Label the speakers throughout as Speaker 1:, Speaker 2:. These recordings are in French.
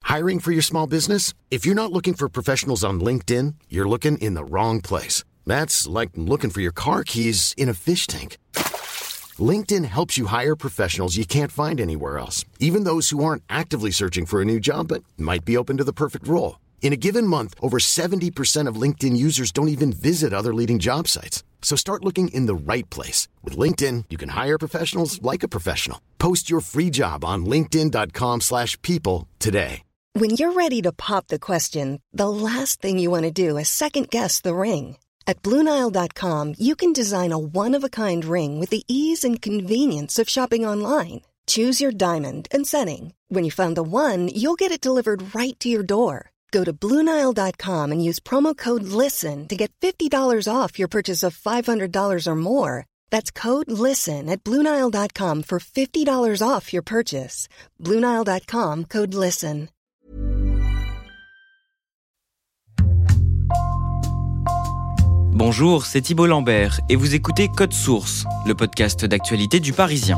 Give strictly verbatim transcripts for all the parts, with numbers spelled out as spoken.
Speaker 1: Hiring for your small business? If you're not looking for professionals on LinkedIn, you're looking in the wrong place. That's like looking for your car keys in a fish tank. LinkedIn helps you hire professionals you can't find anywhere else, even those who aren't actively searching for a new job but might be open to the perfect role. In a given month, over seventy percent of LinkedIn users don't even visit other leading job sites. So start looking in the right place. With LinkedIn, you can hire professionals like a professional. Post your free job on linkedin.com slash people today.
Speaker 2: When you're ready to pop the question, the last thing you want to do is second-guess the ring. At Blue Nile dot com, you can design a one-of-a-kind ring with the ease and convenience of shopping online. Choose your diamond and setting. When you find the one, you'll get it delivered right to your door. Go to Blue Nile dot com and use promo code LISTEN to get fifty dollars off your purchase of five hundred dollars or more. That's code LISTEN at Blue Nile dot com for fifty dollars off your purchase. Blue Nile dot com, code LISTEN.
Speaker 3: Bonjour, c'est Thibault Lambert et vous écoutez Code Source, le podcast d'actualité du Parisien.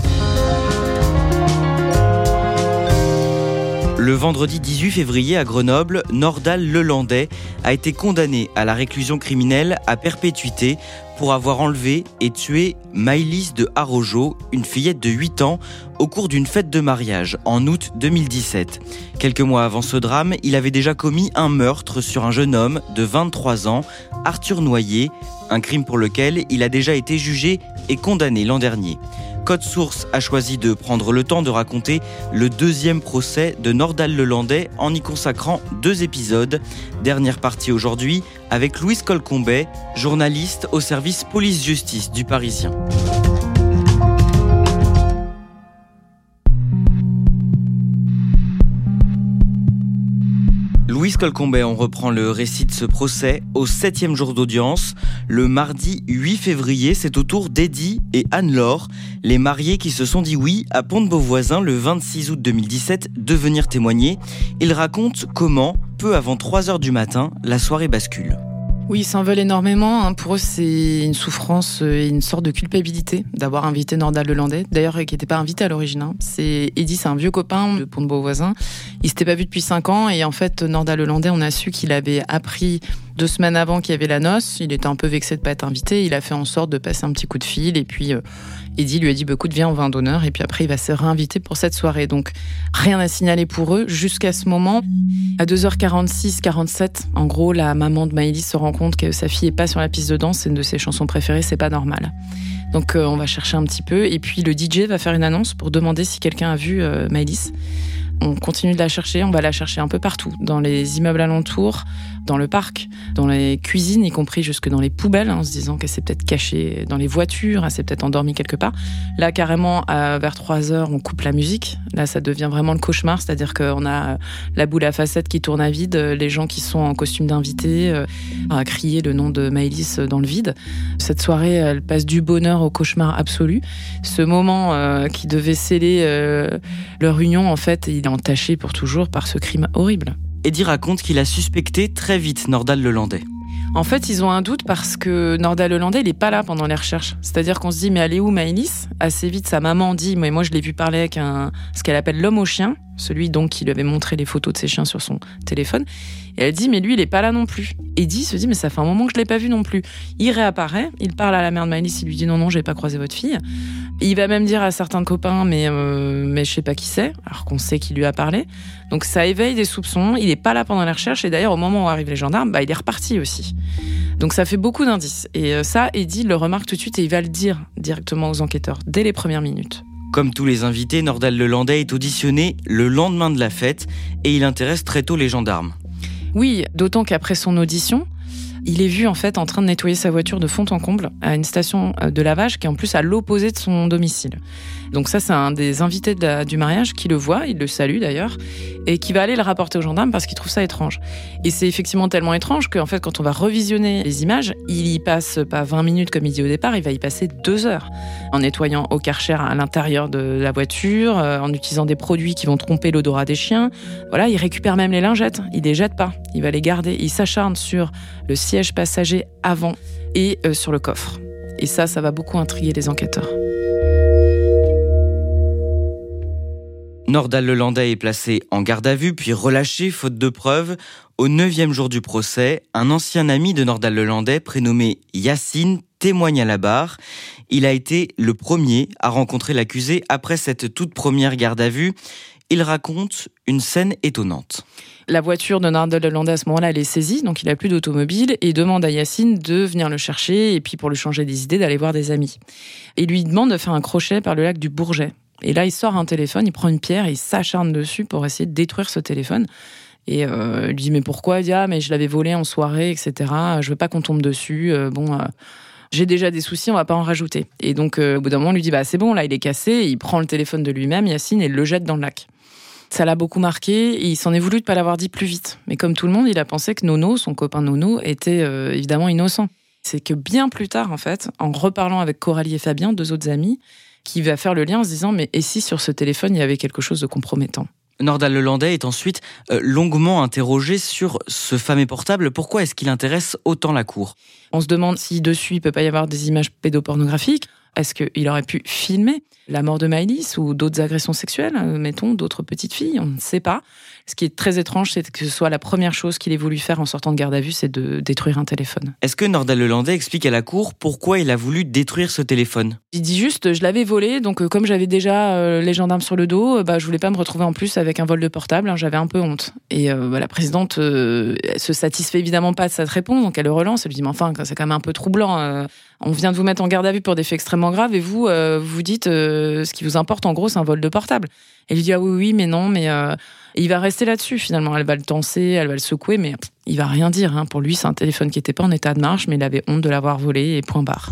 Speaker 3: Le vendredi dix-huit février à Grenoble, Nordal Lelandais a été condamné à la réclusion criminelle à perpétuité pour avoir enlevé et tué Maëlys de Arrojo, une fillette de huit ans, au cours d'une fête de mariage en août deux mille dix-sept. Quelques mois avant ce drame, il avait déjà commis un meurtre sur un jeune homme de vingt-trois ans, Arthur Noyer, un crime pour lequel il a déjà été jugé et condamné l'an dernier. Code Source a choisi de prendre le temps de raconter le deuxième procès de Nordal Lelandais en y consacrant deux épisodes. Dernière partie aujourd'hui avec Louise Colcombet, journaliste au service police-justice du Parisien. Louise Colcombet, on reprend le récit de ce procès au septième jour d'audience. Le mardi huit février, c'est au tour d'Eddie et Anne-Laure, les mariés qui se sont dit oui à Pont-de-Beauvoisin le vingt-six août deux mille dix-sept, de venir témoigner. Ils racontent comment, peu avant trois heures du matin, la soirée bascule.
Speaker 4: Oui, ils s'en veulent énormément. Pour eux, c'est une souffrance et une sorte de culpabilité d'avoir invité Nordal Lelandais. D'ailleurs, qui n'était pas invité à l'origine. C'est Eddie, c'est un vieux copain de Pont-de-Beauvoisin. Ils s'étaient pas vus depuis cinq ans. Et en fait, Nordal Lelandais, on a su qu'il avait appris deux semaines avant qu'il y avait la noce. Il était un peu vexé de pas être invité. Il a fait en sorte de passer un petit coup de fil. Et puis, euh, Eddie lui a dit, bah, écoute, viens, on va un d'honneur. Et puis après, il va se réinviter pour cette soirée. Donc, rien à signaler pour eux jusqu'à ce moment. À deux heures quarante-six quarante-sept, en gros, la maman de Maëlys se rend compte que sa fille est pas sur la piste de danse. C'est une de ses chansons préférées, c'est pas normal. Donc, euh, on va chercher un petit peu. Et puis, le D J va faire une annonce pour demander si quelqu'un a vu euh, Maëlys. On continue de la chercher, on va la chercher un peu partout, dans les immeubles alentours, dans le parc, dans les cuisines, y compris jusque dans les poubelles, en se disant qu'elle s'est peut-être cachée dans les voitures, elle s'est peut-être endormie quelque part. Là, carrément, à, vers trois heures, on coupe la musique. Là, ça devient vraiment le cauchemar, c'est-à-dire qu'on a la boule à facettes qui tourne à vide, les gens qui sont en costume d'invité, euh, à crier le nom de Maëlys dans le vide. Cette soirée, elle passe du bonheur au cauchemar absolu. Ce moment euh, qui devait sceller euh, leur union, en fait, il est entaché pour toujours par ce crime horrible.
Speaker 3: Eddie raconte qu'il a suspecté très vite Nordal Lelandais.
Speaker 4: En fait, ils ont un doute parce que Nordal Lelandais, il n'est pas là pendant les recherches. C'est-à-dire qu'on se dit, mais elle est où Maëlys ? Assez vite, sa maman dit, mais moi je l'ai vu parler avec un, ce qu'elle appelle l'homme au chien, celui donc qui lui avait montré les photos de ses chiens sur son téléphone. Et elle dit, mais lui, il n'est pas là non plus. Eddie se dit, mais ça fait un moment que je ne l'ai pas vu non plus. Il réapparaît, il parle à la mère de Maëlys, il lui dit, non, non, je n'ai pas croisé votre fille. Il va même dire à certains copains, mais, euh, mais je ne sais pas qui c'est, alors qu'on sait qu'il lui a parlé. Donc ça éveille des soupçons, il n'est pas là pendant les recherches, et d'ailleurs, au moment où arrivent les gendarmes, bah, il est reparti aussi. Donc ça fait beaucoup d'indices. Et ça, Eddie le remarque tout de suite et il va le dire directement aux enquêteurs, dès les premières minutes.
Speaker 3: Comme tous les invités, Nordal Lelandais est auditionné le lendemain de la fête et il intéresse très tôt les gendarmes.
Speaker 4: Oui, d'autant qu'après son audition, il est vu en fait en train de nettoyer sa voiture de fond en comble à une station de lavage qui est en plus à l'opposé de son domicile. Donc ça, c'est un des invités de la, du mariage qui le voit, il le salue d'ailleurs, et qui va aller le rapporter aux gendarmes parce qu'il trouve ça étrange. Et c'est effectivement tellement étrange qu'en fait, quand on va revisionner les images, il y passe pas vingt minutes comme il dit au départ, il va y passer deux heures en nettoyant au Karcher à l'intérieur de la voiture, euh, en utilisant des produits qui vont tromper l'odorat des chiens. Voilà, il récupère même les lingettes, il les jette pas, il va les garder. Il s'acharne sur le siège passager avant et euh, sur le coffre. Et ça, ça va beaucoup intriguer les enquêteurs.
Speaker 3: Nordal Lelandais est placé en garde à vue, puis relâché faute de preuves. Au neuvième jour du procès, un ancien ami de Nordal Lelandais, prénommé Yacine, témoigne à la barre. Il a été le premier à rencontrer l'accusé après cette toute première garde à vue. Il raconte une scène étonnante.
Speaker 4: La voiture de Nordal Lelandais, à ce moment-là, elle est saisie, donc il n'a plus d'automobile, et demande à Yacine de venir le chercher, et puis pour lui changer des idées, d'aller voir des amis. Il lui demande de faire un crochet par le lac du Bourget. Et là, il sort un téléphone, il prend une pierre et il s'acharne dessus pour essayer de détruire ce téléphone. Et euh, il lui dit « Mais pourquoi ?» Il dit « Ah, mais je l'avais volé en soirée, et cetera. Je veux pas qu'on tombe dessus. Euh, bon, euh, j'ai déjà des soucis, on va pas en rajouter. » Et donc, euh, au bout d'un moment, on lui dit « Bah, c'est bon, là, il est cassé. » Et il prend le téléphone de lui-même, Yacine, et le jette dans le lac. Ça l'a beaucoup marqué et il s'en est voulu de pas l'avoir dit plus vite. Mais comme tout le monde, il a pensé que Nono, son copain Nono, était euh, évidemment innocent. C'est que bien plus tard, en fait, en reparlant avec Coralie et Fabien, deux autres amis, qui va faire le lien en se disant « Mais et si sur ce téléphone, il y avait quelque chose de compromettant ?»
Speaker 3: Nordal Lelandais est ensuite euh, longuement interrogé sur ce fameux portable. Pourquoi est-ce qu'il intéresse autant la cour ?
Speaker 4: On se demande si dessus, il peut pas y avoir des images pédopornographiques. Est-ce qu'il aurait pu filmer la mort de Maëlys ou d'autres agressions sexuelles, mettons, d'autres petites filles ? On ne sait pas. Ce qui est très étrange, c'est que ce soit la première chose qu'il ait voulu faire en sortant de garde à vue, c'est de détruire un téléphone.
Speaker 3: Est-ce que Nordal Lelandais explique à la cour pourquoi il a voulu détruire ce téléphone ?
Speaker 4: Il dit juste, je l'avais volé, donc comme j'avais déjà euh, les gendarmes sur le dos, bah, je voulais pas me retrouver en plus avec un vol de portable, hein, j'avais un peu honte. Et euh, bah, la présidente euh, elle se satisfait évidemment pas de cette réponse, donc elle le relance, elle lui dit, mais enfin, c'est quand même un peu troublant. Euh, on vient de vous mettre en garde à vue pour des faits extrêmement graves, et vous, euh, vous dites, euh, ce qui vous importe en gros, c'est un vol de portable. Elle lui dit, ah oui, oui, mais non, mais... Euh, Et il va rester là-dessus, finalement. Elle va le tenser, elle va le secouer, mais pff, il va rien dire. Hein. Pour lui, c'est un téléphone qui n'était pas en état de marche, mais il avait honte de l'avoir volé, et point barre.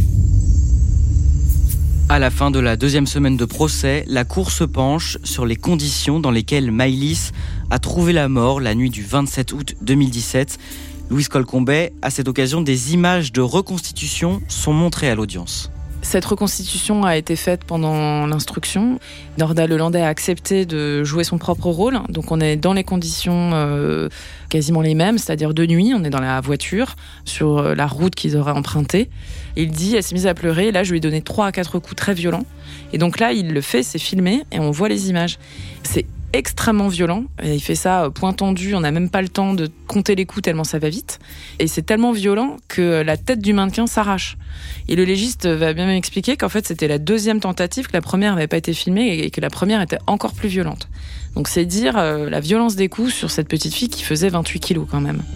Speaker 3: À la fin de la deuxième semaine de procès, la cour se penche sur les conditions dans lesquelles Maëlys a trouvé la mort la nuit du vingt-sept août deux mille dix-sept. Louise Colcombet, à cette occasion, des images de reconstitution sont montrées à l'audience.
Speaker 4: Cette reconstitution a été faite pendant l'instruction. Nordal Lelandais a accepté de jouer son propre rôle. Donc on est dans les conditions euh, quasiment les mêmes, c'est-à-dire de nuit. On est dans la voiture, sur la route qu'ils auraient empruntée. Il dit, elle s'est mise à pleurer. Et là, je lui ai donné trois à quatre coups très violents. Et donc là, il le fait, c'est filmé et on voit les images. C'est extrêmement violent. Et il fait ça point tendu, on n'a même pas le temps de compter les coups tellement ça va vite. Et c'est tellement violent que la tête du mannequin s'arrache. Et le légiste va bien m'expliquer qu'en fait c'était la deuxième tentative, que la première n'avait pas été filmée et que la première était encore plus violente. Donc c'est dire euh, la violence des coups sur cette petite fille qui faisait vingt-huit kilos quand même.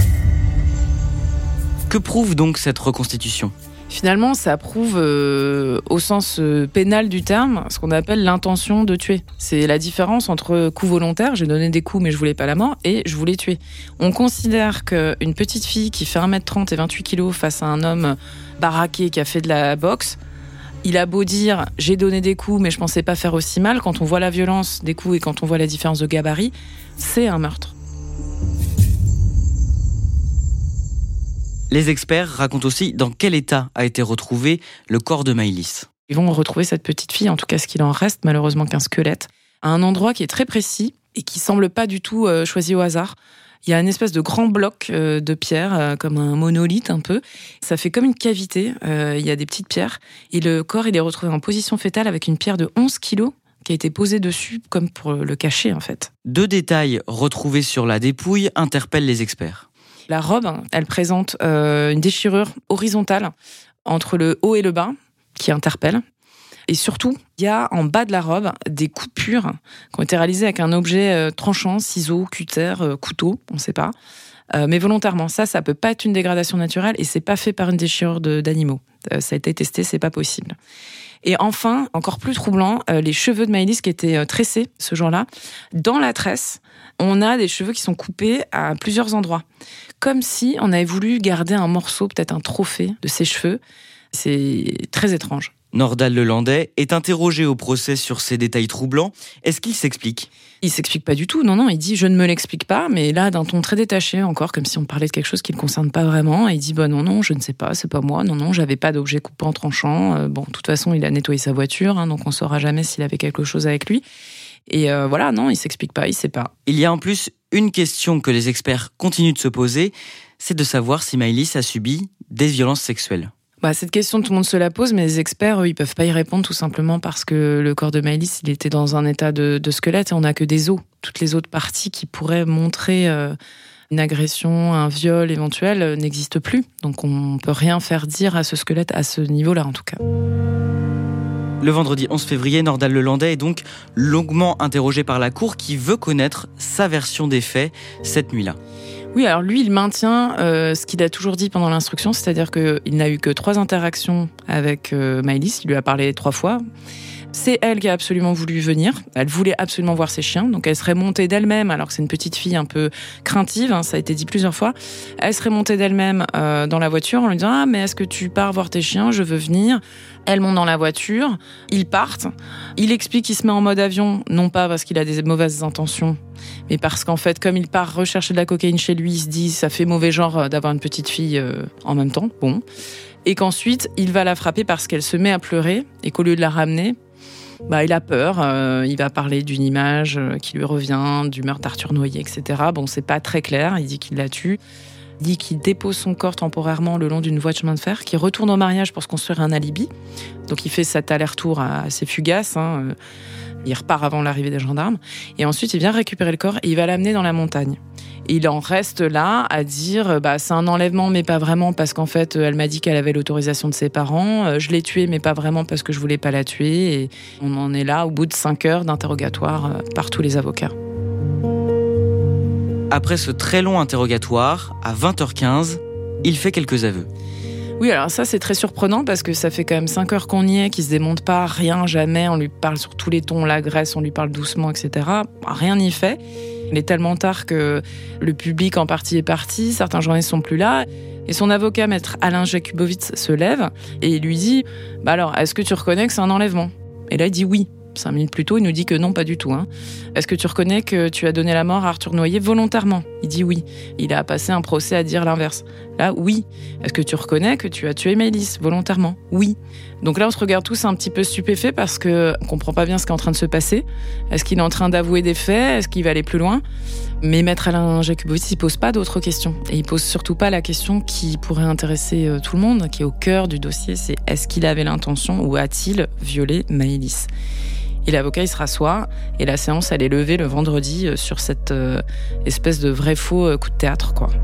Speaker 3: Que prouve donc cette reconstitution ?
Speaker 4: Finalement, ça prouve, euh, au sens euh, pénal du terme, ce qu'on appelle l'intention de tuer. C'est la différence entre coup volontaire, j'ai donné des coups mais je voulais pas la mort, et je voulais tuer. On considère qu'une petite fille qui fait un mètre trente et vingt-huit kilos face à un homme baraqué qui a fait de la boxe, il a beau dire « j'ai donné des coups mais je pensais pas faire aussi mal », quand on voit la violence des coups et quand on voit la différence de gabarit, c'est un meurtre.
Speaker 3: Les experts racontent aussi dans quel état a été retrouvé le corps de Maëlys.
Speaker 4: Ils vont retrouver cette petite fille, en tout cas ce qu'il en reste, malheureusement qu'un squelette, à un endroit qui est très précis et qui semble pas du tout euh, choisi au hasard. Il y a une espèce de grand bloc euh, de pierre, euh, comme un monolithe un peu. Ça fait comme une cavité, euh, il y a des petites pierres. Et le corps, il est retrouvé en position fétale avec une pierre de onze kilos qui a été posée dessus comme pour le cacher en fait.
Speaker 3: Deux détails retrouvés sur la dépouille interpellent les experts.
Speaker 4: La robe, elle présente euh, une déchirure horizontale entre le haut et le bas qui interpelle. Et surtout, il y a en bas de la robe des coupures qui ont été réalisées avec un objet euh, tranchant, ciseaux, cutter, euh, couteau, on ne sait pas. Euh, mais volontairement, ça, ça peut pas être une dégradation naturelle et c'est pas fait par une déchirure de, d'animaux. Euh, ça a été testé, c'est pas possible. Et enfin, encore plus troublant, euh, les cheveux de Maëlys qui étaient euh, tressés ce jour-là. Dans la tresse, on a des cheveux qui sont coupés à plusieurs endroits. Comme si on avait voulu garder un morceau, peut-être un trophée de ses cheveux. C'est très étrange.
Speaker 3: Nordal Lelandais est interrogé au procès sur ces détails troublants. Est-ce qu'il s'explique ?
Speaker 4: Il s'explique pas du tout. Non, non, il dit « je ne me l'explique pas », mais là, d'un ton très détaché, encore comme si on parlait de quelque chose qui ne le concerne pas vraiment. Et il dit bah, « non, non, je ne sais pas, c'est pas moi. Non, non, j'avais pas d'objet coupant, tranchant. Euh, bon, de toute façon, il a nettoyé sa voiture, hein, donc on saura jamais s'il avait quelque chose avec lui. » Et euh, voilà, non, il s'explique pas, il sait pas.
Speaker 3: Il y a en plus une question que les experts continuent de se poser, c'est de savoir si Maëlys a subi des violences sexuelles.
Speaker 4: Bah, cette question, tout le monde se la pose, mais les experts, eux, ils peuvent pas y répondre tout simplement parce que le corps de Maëlys, il était dans un état de, de squelette et on n'a que des os. Toutes les autres parties qui pourraient montrer euh, une agression, un viol éventuel euh, n'existent plus. Donc on peut rien faire dire à ce squelette à ce niveau-là, en tout cas.
Speaker 3: Le vendredi onze février, Nordal Lelandais est donc longuement interrogé par la cour qui veut connaître sa version des faits cette nuit-là.
Speaker 4: Oui, alors lui, il maintient euh, ce qu'il a toujours dit pendant l'instruction, c'est-à-dire qu'il n'a eu que trois interactions avec euh, Maëlys, il lui a parlé trois fois. C'est elle qui a absolument voulu venir, elle voulait absolument voir ses chiens, donc elle serait montée d'elle-même, alors que c'est une petite fille un peu craintive, hein, ça a été dit plusieurs fois, elle serait montée d'elle-même euh, dans la voiture en lui disant « Ah, mais est-ce que tu pars voir tes chiens ? Je veux venir ». Elle monte dans la voiture, ils partent, il explique qu'il se met en mode avion, non pas parce qu'il a des mauvaises intentions, mais parce qu'en fait, comme il part rechercher de la cocaïne chez lui, il se dit « ça fait mauvais genre d'avoir une petite fille euh, en même temps ». Bon. Et qu'ensuite, il va la frapper parce qu'elle se met à pleurer et qu'au lieu de la ramener, bah, il a peur, euh, il va parler d'une image qui lui revient, du meurtre d'Arthur Noyer, et cetera. Bon, c'est pas très clair, il dit qu'il la tue. Il dit qu'il dépose son corps temporairement le long d'une voie de chemin de fer, qu'il retourne au mariage pour se construire un alibi. Donc il fait cet aller-retour assez fugace, hein. Il repart avant l'arrivée des gendarmes. Et ensuite, il vient récupérer le corps et il va l'amener dans la montagne. Et il en reste là à dire bah, c'est un enlèvement, mais pas vraiment, parce qu'en fait, elle m'a dit qu'elle avait l'autorisation de ses parents. Je l'ai tuée, mais pas vraiment parce que je voulais pas la tuer. Et on en est là au bout de cinq heures d'interrogatoire par tous les avocats.
Speaker 3: Après ce très long interrogatoire, à vingt heures quinze, il fait quelques aveux.
Speaker 4: Oui, alors ça, c'est très surprenant parce que ça fait quand même cinq heures qu'on y est, qu'il se démonte pas, rien, jamais. On lui parle sur tous les tons, on l'agresse, on lui parle doucement, et cetera. Rien n'y fait. Il est tellement tard que le public en partie est parti, certains journalistes sont plus là. Et son avocat, maître Alain Jakubowicz, se lève et il lui dit « Bah alors, est-ce que tu reconnais que c'est un enlèvement ?» Et là, il dit « Oui ». Cinq minutes plus tôt, il nous dit que non, pas du tout. Hein. Est-ce que tu reconnais que tu as donné la mort à Arthur Noyer volontairement ? Il dit oui. Il a passé un procès à dire l'inverse. Là, oui. Est-ce que tu reconnais que tu as tué Maëlys volontairement ? Oui. Donc là, on se regarde tous un petit peu stupéfaits parce qu'on ne comprend pas bien ce qui est en train de se passer. Est-ce qu'il est en train d'avouer des faits ? Est-ce qu'il va aller plus loin ? Mais maître Alain Jakubowicz, il ne pose pas d'autres questions. Et il ne pose surtout pas la question qui pourrait intéresser tout le monde, qui est au cœur du dossier, c'est est-ce qu'il avait l'intention ou a-t-il violé Maëlys ? Et l'avocat, il se rassoit, et la séance, elle est levée le vendredi sur cette euh, espèce de vrai-faux euh, coup de théâtre, quoi.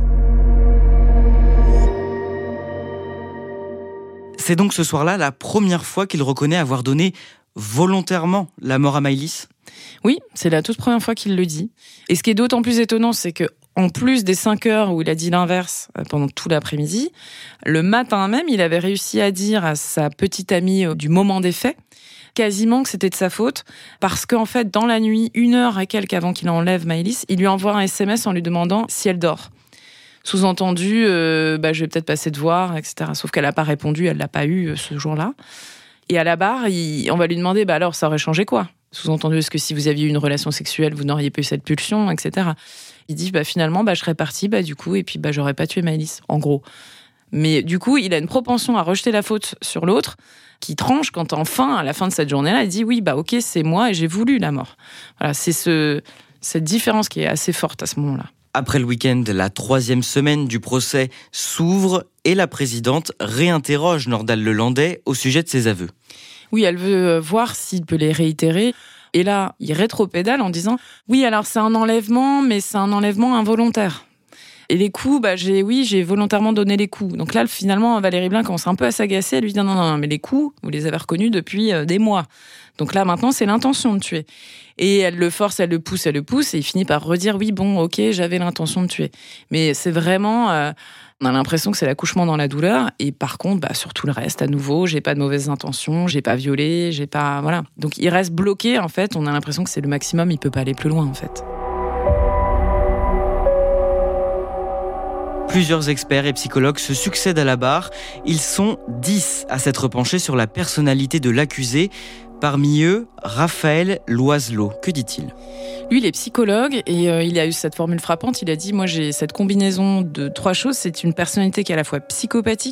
Speaker 3: C'est donc ce soir-là la première fois qu'il reconnaît avoir donné volontairement la mort à Maëlys ?
Speaker 4: Oui, c'est la toute première fois qu'il le dit. Et ce qui est d'autant plus étonnant, c'est que en plus des cinq heures où il a dit l'inverse pendant tout l'après-midi, le matin même, il avait réussi à dire à sa petite amie du moment des faits quasiment que c'était de sa faute, parce qu'en fait, dans la nuit, une heure et quelques avant qu'il enlève Maëlys, il lui envoie un S M S en lui demandant si elle dort. Sous-entendu, euh, bah, je vais peut-être passer te voir, et cetera. Sauf qu'elle n'a pas répondu, elle ne l'a pas eu ce jour-là. Et à la barre, il, on va lui demander, bah alors, ça aurait changé quoi ? Sous-entendu, est-ce que si vous aviez eu une relation sexuelle, vous n'auriez pas eu cette pulsion, et cetera. Il dit, bah, finalement, bah, je serais parti, bah, du coup, et puis bah, j'aurais pas tué Maëlys, en gros. Mais du coup, il a une propension à rejeter la faute sur l'autre, qui tranche quand enfin, à la fin de cette journée-là, il dit oui, bah ok, c'est moi et j'ai voulu la mort. Voilà, c'est ce, cette différence qui est assez forte à ce moment-là.
Speaker 3: Après le week-end, la troisième semaine du procès s'ouvre et la présidente réinterroge Nordal Lelandais au sujet de ses aveux.
Speaker 4: Oui, elle veut voir s'il peut les réitérer. Et là, il rétropédale en disant « Oui, alors c'est un enlèvement, mais c'est un enlèvement involontaire. » Et les coups, bah, j'ai, oui, j'ai volontairement donné les coups. Donc là, finalement, Valérie Blin commence un peu à s'agacer. Elle lui dit non, non, non, mais les coups, vous les avez reconnus depuis euh, des mois. Donc là, maintenant, c'est l'intention de tuer. Et elle le force, elle le pousse, elle le pousse. Et il finit par redire oui, bon, ok, j'avais l'intention de tuer. Mais c'est vraiment... Euh, on a l'impression que c'est l'accouchement dans la douleur. Et par contre, bah, sur tout le reste, à nouveau, j'ai pas de mauvaises intentions, j'ai pas violé, j'ai pas... Voilà. Donc il reste bloqué, en fait. On a l'impression que c'est le maximum, il peut pas aller plus loin, en fait.
Speaker 3: Plusieurs experts et psychologues se succèdent à la barre. Ils sont dix à s'être penchés sur la personnalité de l'accusé. Parmi eux, Raphaël Loiselot. Que dit-il ?
Speaker 4: Lui, il est psychologue et euh, il a eu cette formule frappante. Il a dit, moi, j'ai cette combinaison de trois choses. C'est une personnalité qui est à la fois psychopathique,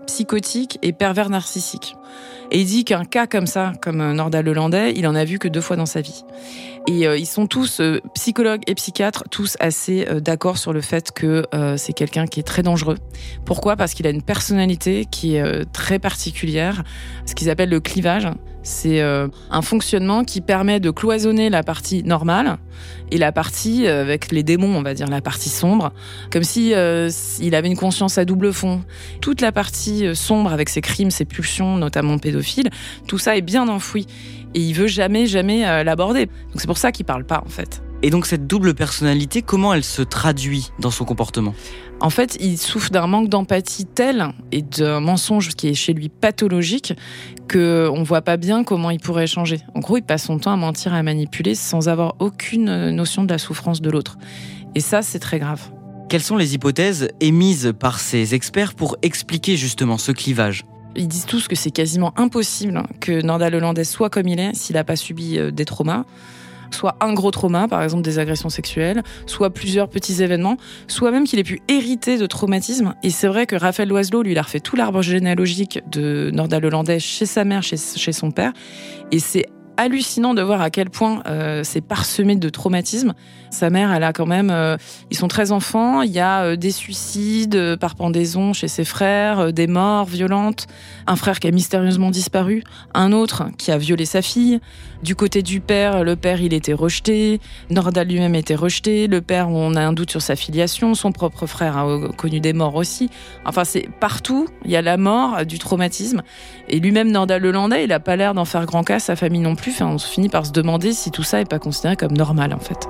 Speaker 4: psychotique et pervers narcissique. Et il dit qu'un cas comme ça, comme Nordal-Lelandais, il en a vu que deux fois dans sa vie. Et euh, ils sont tous, euh, psychologues et psychiatres, tous assez euh, d'accord sur le fait que euh, c'est quelqu'un qui est très dangereux. Pourquoi ? Parce qu'il a une personnalité qui est euh, très particulière, ce qu'ils appellent le clivage. C'est euh, un fonctionnement qui permet de cloisonner la partie normale et la partie euh, avec les démons, on va dire, la partie sombre, comme si euh, il avait une conscience à double fond. Toute la partie euh, sombre avec ses crimes, ses pulsions, notamment pédophiles, tout ça est bien enfoui. Et il veut jamais, jamais euh, l'aborder. Donc c'est pour ça qu'il parle pas, en fait.
Speaker 3: Et donc cette double personnalité, comment elle se traduit dans son comportement ?
Speaker 4: En fait, il souffre d'un manque d'empathie tel et d'un mensonge qui est chez lui pathologique qu'on ne voit pas bien comment il pourrait changer. En gros, il passe son temps à mentir et à manipuler sans avoir aucune notion de la souffrance de l'autre. Et ça, c'est très grave.
Speaker 3: Quelles sont les hypothèses émises par ces experts pour expliquer justement ce clivage ?
Speaker 4: Ils disent tous que c'est quasiment impossible que Nordal-Lelandais soit comme il est s'il n'a pas subi des traumas. Soit un gros trauma, par exemple des agressions sexuelles, soit plusieurs petits événements, soit même qu'il ait pu hériter de traumatismes. Et c'est vrai que Raphaël Loiselot, lui, il a refait tout l'arbre généalogique de Nordal-Lelandais chez sa mère, chez, chez son père. Et c'est hallucinant de voir à quel point euh, c'est parsemé de traumatismes. Sa mère, elle a quand même... Euh, ils sont treize enfants, il y a euh, des suicides euh, par pendaison chez ses frères, euh, des morts violentes, un frère qui a mystérieusement disparu, un autre qui a violé sa fille. Du côté du père, le père, il était rejeté, Nordal lui-même était rejeté, le père, on a un doute sur sa filiation, son propre frère a connu des morts aussi. Enfin, c'est partout, il y a la mort, du traumatisme. Et lui-même, Nordal-Lelandais, il n'a pas l'air d'en faire grand cas, sa famille non plus. Enfin, on finit par se demander si tout ça n'est pas considéré comme normal, en fait.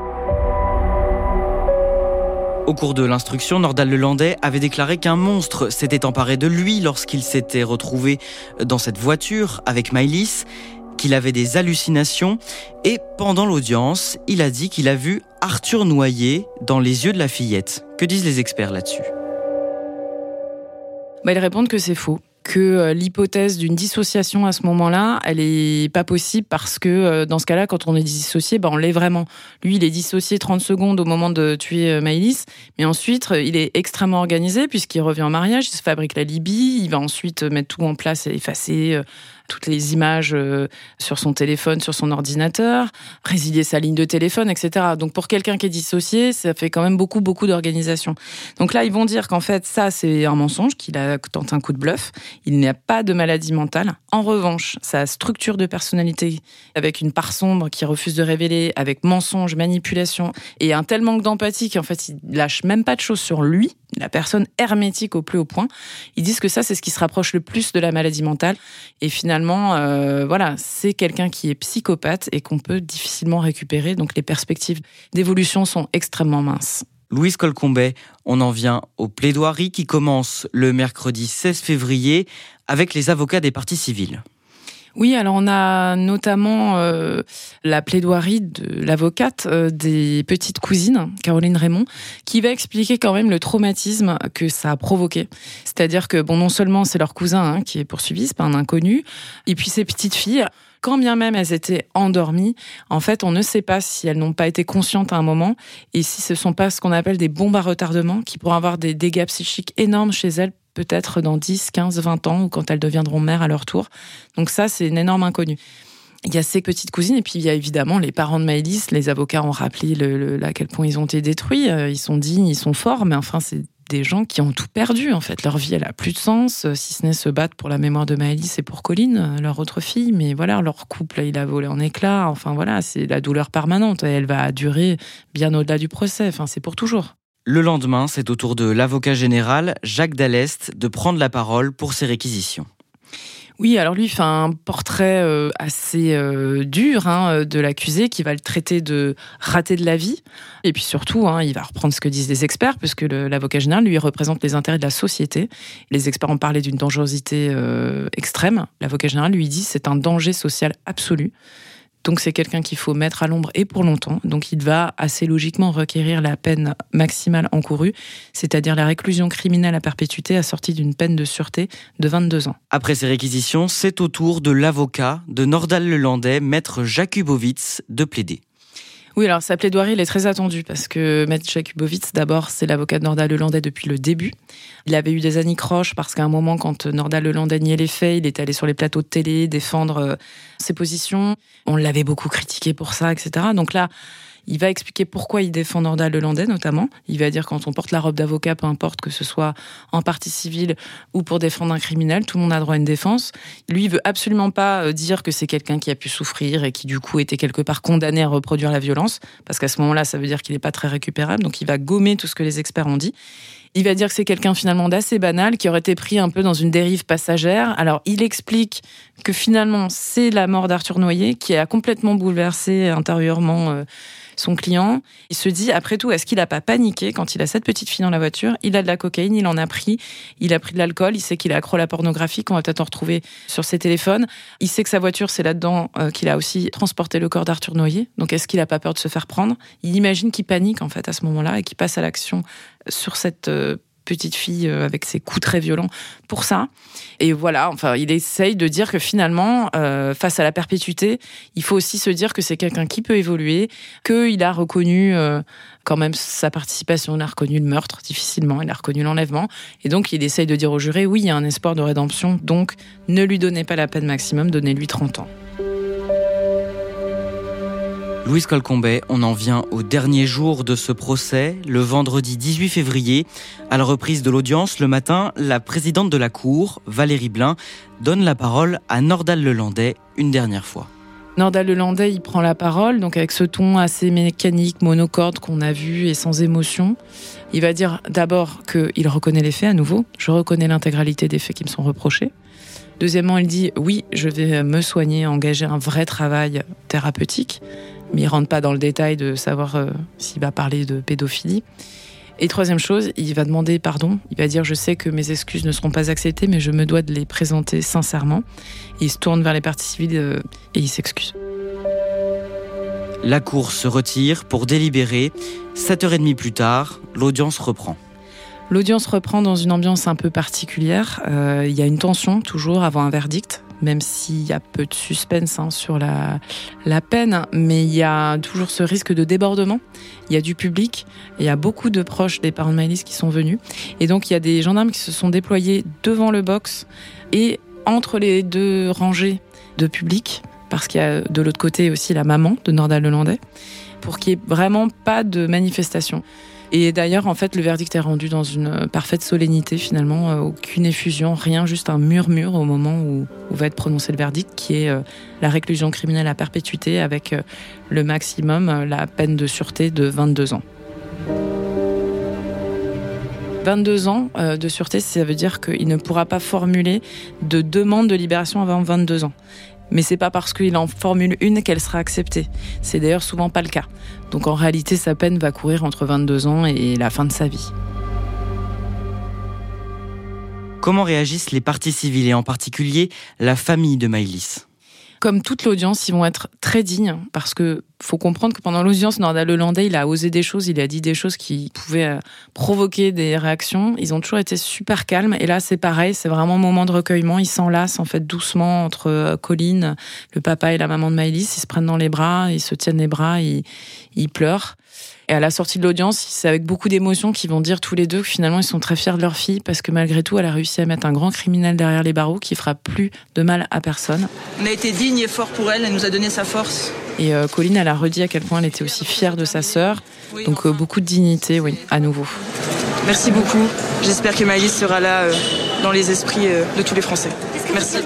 Speaker 3: Au cours de l'instruction, Nordal-Lelandais avait déclaré qu'un monstre s'était emparé de lui lorsqu'il s'était retrouvé dans cette voiture avec Maëlys, qu'il avait des hallucinations. Et pendant l'audience, il a dit qu'il a vu Arthur Noyer dans les yeux de la fillette. Que disent les experts là-dessus ?
Speaker 4: Bah, ils répondent que c'est faux. Que l'hypothèse d'une dissociation à ce moment-là, elle est pas possible parce que dans ce cas-là, quand on est dissocié, ben on l'est vraiment. Lui, il est dissocié trente secondes au moment de tuer Maëlys, mais ensuite, il est extrêmement organisé puisqu'il revient en mariage, il se fabrique l'alibi, il va ensuite mettre tout en place et effacer toutes les images sur son téléphone, sur son ordinateur, résilier sa ligne de téléphone, et cetera. Donc pour quelqu'un qui est dissocié, ça fait quand même beaucoup, beaucoup d'organisation. Donc là, ils vont dire qu'en fait, ça, c'est un mensonge, qu'il a tenté un coup de bluff. Il n'y a pas de maladie mentale. En revanche, sa structure de personnalité, avec une part sombre qui refuse de révéler, avec mensonge, manipulation, et un tel manque d'empathie qu'en fait, il lâche même pas de choses sur lui, la personne hermétique au plus haut point. Ils disent que ça, c'est ce qui se rapproche le plus de la maladie mentale. Et finalement, euh, voilà, c'est quelqu'un qui est psychopathe et qu'on peut difficilement récupérer. Donc les perspectives d'évolution sont extrêmement minces.
Speaker 3: Louise Colcombet, on en vient aux plaidoiries qui commencent le mercredi seize février avec les avocats des parties civiles.
Speaker 4: Oui, alors on a notamment euh, la plaidoirie de l'avocate euh, des petites cousines, Caroline Raymond, qui va expliquer quand même le traumatisme que ça a provoqué. C'est-à-dire que, bon, non seulement c'est leur cousin hein, qui est poursuivi, c'est pas un inconnu, et puis ces petites filles, quand bien même elles étaient endormies, en fait, on ne sait pas si elles n'ont pas été conscientes à un moment, et si ce ne sont pas ce qu'on appelle des bombes à retardement, qui pourraient avoir des dégâts psychiques énormes chez elles, peut-être dans dix, quinze, vingt ans, ou quand elles deviendront mères à leur tour. Donc ça, c'est une énorme inconnue. Il y a ces petites cousines, et puis il y a évidemment les parents de Maëlys. Les avocats ont rappelé le, le, à quel point ils ont été détruits. Ils sont dignes, ils sont forts, mais enfin, c'est des gens qui ont tout perdu, en fait. Leur vie, elle a plus de sens, si ce n'est se battre pour la mémoire de Maëlys et pour Colline, leur autre fille. Mais voilà, leur couple, il a volé en éclats. Enfin voilà, c'est la douleur permanente. Et elle va durer bien au-delà du procès. Enfin, c'est pour toujours.
Speaker 3: Le lendemain, c'est au tour de l'avocat général, Jacques Dallest, de prendre la parole pour ses réquisitions.
Speaker 4: Oui, alors lui, il fait un portrait euh, assez euh, dur hein, de l'accusé qui va le traiter de raté de la vie. Et puis surtout, hein, il va reprendre ce que disent les experts, puisque le, l'avocat général, lui, représente les intérêts de la société. Les experts ont parlé d'une dangerosité euh, extrême. L'avocat général, lui, dit c'est un danger social absolu. Donc c'est quelqu'un qu'il faut mettre à l'ombre et pour longtemps. Donc il va assez logiquement requérir la peine maximale encourue, c'est-à-dire la réclusion criminelle à perpétuité assortie d'une peine de sûreté de vingt-deux ans.
Speaker 3: Après ces réquisitions, c'est au tour de l'avocat de Nordal-Lelandais, maître Jakubowicz, de plaider.
Speaker 4: Oui, alors sa plaidoirie, elle est très attendue parce que Maître Jakubowicz, d'abord, c'est l'avocat de Nordal Lelandais depuis le début. Il avait eu des anicroches parce qu'à un moment, quand Nordal Lelandais niait les faits, il était allé sur les plateaux de télé défendre ses positions. On l'avait beaucoup critiqué pour ça, et cetera. Donc là, il va expliquer pourquoi il défend Nordal Lelandais, notamment. Il va dire quand on porte la robe d'avocat, peu importe que ce soit en partie civile ou pour défendre un criminel, tout le monde a droit à une défense. Lui, il veut absolument pas dire que c'est quelqu'un qui a pu souffrir et qui, du coup, était quelque part condamné à reproduire la violence, parce qu'à ce moment-là, ça veut dire qu'il n'est pas très récupérable. Donc, il va gommer tout ce que les experts ont dit. Il va dire que c'est quelqu'un finalement d'assez banal, qui aurait été pris un peu dans une dérive passagère. Alors, il explique que finalement, c'est la mort d'Arthur Noyer qui a complètement bouleversé intérieurement euh, son client. Il se dit, après tout, est-ce qu'il n'a pas paniqué quand il a cette petite fille dans la voiture? Il a de la cocaïne, il en a pris, il a pris de l'alcool, il sait qu'il est accro à la pornographie, qu'on va peut-être en retrouver sur ses téléphones. Il sait que sa voiture, c'est là-dedans euh, qu'il a aussi transporté le corps d'Arthur Noyer. Donc, est-ce qu'il n'a pas peur de se faire prendre? Il imagine qu'il panique, en fait, à ce moment-là, et qu'il passe à l'action sur cette euh, petite fille euh, avec ses coups très violents pour ça. Et voilà, enfin, il essaye de dire que finalement, euh, face à la perpétuité, il faut aussi se dire que c'est quelqu'un qui peut évoluer, qu'il a reconnu euh, quand même sa participation, il a reconnu le meurtre difficilement, il a reconnu l'enlèvement. Et donc, il essaye de dire aux jurés, oui, il y a un espoir de rédemption, donc ne lui donnez pas la peine maximum, donnez-lui trente ans.
Speaker 3: Louise Colcombet, on en vient au dernier jour de ce procès, le vendredi dix-huit février. À la reprise de l'audience, le matin, la présidente de la Cour, Valérie Blin, donne la parole à Nordal Lelandais une dernière fois.
Speaker 4: Nordal Lelandais, il prend la parole, donc avec ce ton assez mécanique, monocorde qu'on a vu et sans émotion. Il va dire d'abord qu'il reconnaît les faits à nouveau. Je reconnais l'intégralité des faits qui me sont reprochés. Deuxièmement, il dit oui, je vais me soigner, engager un vrai travail thérapeutique. Mais il ne rentre pas dans le détail de savoir euh, s'il va parler de pédophilie. Et troisième chose, il va demander pardon. Il va dire « Je sais que mes excuses ne seront pas acceptées, mais je me dois de les présenter sincèrement. » Et il se tourne vers les parties civiles euh, et il s'excuse.
Speaker 3: La cour se retire pour délibérer. Sept heures trente plus tard, l'audience reprend.
Speaker 4: L'audience reprend dans une ambiance un peu particulière. Euh, il y a une tension toujours avant un verdict, même s'il y a peu de suspense hein, sur la, la peine, mais il y a toujours ce risque de débordement. Il y a du public, il y a beaucoup de proches des parents de Maëlys qui sont venus. Et donc il y a des gendarmes qui se sont déployés devant le box et entre les deux rangées de public, parce qu'il y a de l'autre côté aussi la maman de Nordal Lelandais, pour qu'il n'y ait vraiment pas de manifestation. Et d'ailleurs, en fait, le verdict est rendu dans une parfaite solennité, finalement. Euh, aucune effusion, rien, juste un murmure au moment où, où va être prononcé le verdict, qui est euh, la réclusion criminelle à perpétuité avec euh, le maximum, euh, la peine de sûreté de vingt-deux ans. vingt-deux ans euh, de sûreté, ça veut dire qu'il ne pourra pas formuler de demande de libération avant vingt-deux ans. Mais c'est pas parce qu'il en formule une qu'elle sera acceptée. C'est d'ailleurs souvent pas le cas. Donc en réalité, sa peine va courir entre vingt-deux ans et la fin de sa vie.
Speaker 3: Comment réagissent les parties civiles et en particulier la famille de Maëlys ?
Speaker 4: Comme toute l'audience, ils vont être très dignes parce que faut comprendre que pendant l'audience, Nordal Lelandais, il a osé des choses, il a dit des choses qui pouvaient provoquer des réactions. Ils ont toujours été super calmes. Et là, c'est pareil, c'est vraiment un moment de recueillement. Ils s'enlacent en fait doucement entre Colline, le papa et la maman de Maëlys. Ils se prennent dans les bras, ils se tiennent les bras, ils, ils pleurent. Et à la sortie de l'audience, c'est avec beaucoup d'émotion qu'ils vont dire tous les deux que finalement ils sont très fiers de leur fille parce que malgré tout, elle a réussi à mettre un grand criminel derrière les barreaux qui fera plus de mal à personne.
Speaker 5: On a été digne et fort pour elle, elle nous a donné sa force.
Speaker 4: Et euh, Colline, elle a redit à quel point elle était aussi fière de sa sœur. Oui, Donc enfin, euh, beaucoup de dignité, oui, à nouveau.
Speaker 5: Merci beaucoup. J'espère que Maëlys sera là euh, dans les esprits euh, de tous les Français. Merci.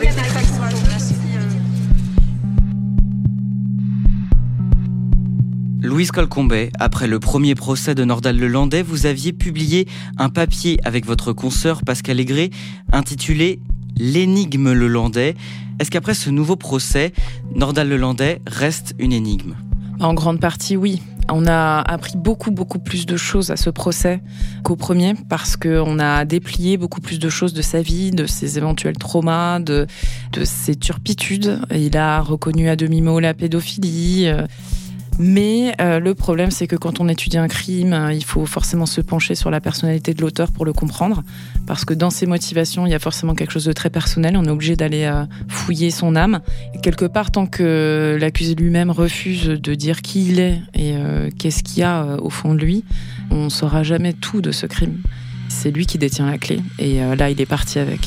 Speaker 3: Louise Colcombet, après le premier procès de Nordal Lelandais, vous aviez publié un papier avec votre consoeur Pascal Aigret intitulé « L'énigme Lelandais ». Est-ce qu'après ce nouveau procès, Nordal Lelandais reste une énigme ?
Speaker 4: En grande partie, oui. On a appris beaucoup, beaucoup plus de choses à ce procès qu'au premier parce qu'on a déplié beaucoup plus de choses de sa vie, de ses éventuels traumas, de, de ses turpitudes. Il a reconnu à demi-mot la pédophilie. Mais euh, le problème, c'est que quand on étudie un crime, euh, il faut forcément se pencher sur la personnalité de l'auteur pour le comprendre, parce que dans ses motivations, il y a forcément quelque chose de très personnel. On est obligé d'aller euh, fouiller son âme. Et quelque part, tant que l'accusé lui-même refuse de dire qui il est et euh, qu'est-ce qu'il y a euh, au fond de lui, on ne saura jamais tout de ce crime. C'est lui qui détient la clé, et euh, là, il est parti avec.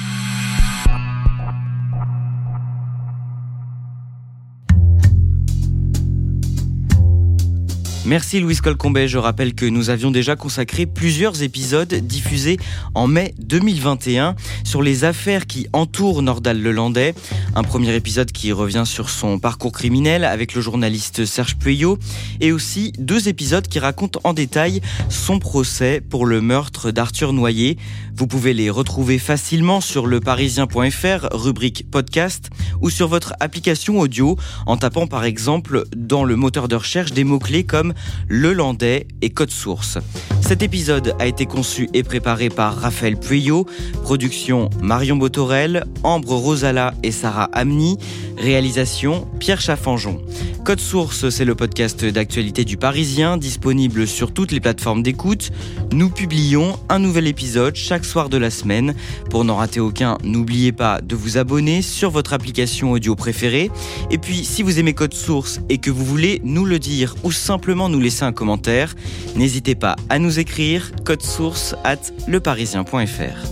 Speaker 3: Merci Louise Colcombet. Je rappelle que nous avions déjà consacré plusieurs épisodes diffusés en mai deux mille vingt et un sur les affaires qui entourent Nordal Lelandais. Un premier épisode qui revient sur son parcours criminel avec le journaliste Serge Pueyo, et aussi deux épisodes qui racontent en détail son procès pour le meurtre d'Arthur Noyer. Vous pouvez les retrouver facilement sur leparisien point f r, rubrique podcast, ou sur votre application audio en tapant par exemple dans le moteur de recherche des mots-clés comme Lelandais et Code Source. Cet épisode a été conçu et préparé par Raphaël Pueyo, production Marion Botorel, Ambre Rosala et Sarah Amni, réalisation Pierre Chaffanjon. Code Source, c'est le podcast d'actualité du Parisien, disponible sur toutes les plateformes d'écoute. Nous publions un nouvel épisode chaque soir de la semaine. Pour n'en rater aucun, n'oubliez pas de vous abonner sur votre application audio préférée. Et puis, si vous aimez Code Source et que vous voulez nous le dire ou simplement nous laisser un commentaire, n'hésitez pas à nous écrire codesource arobase leparisien point f r.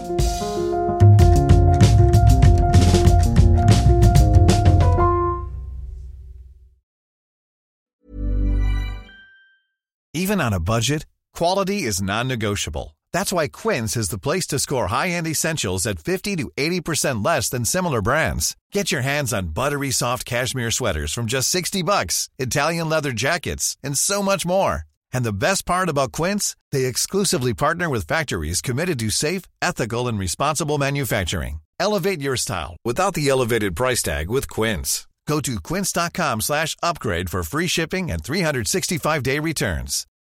Speaker 6: Even on a budget, quality is non-negotiable. That's why Quince is the place to score high-end essentials at fifty to eighty percent less than similar brands. Get your hands on buttery soft cashmere sweaters from just sixty bucks, Italian leather jackets, and so much more. And the best part about Quince, they exclusively partner with factories committed to safe, ethical, and responsible manufacturing. Elevate your style without the elevated price tag with Quince. Go to quince.com slash upgrade for free shipping and three sixty-five day returns.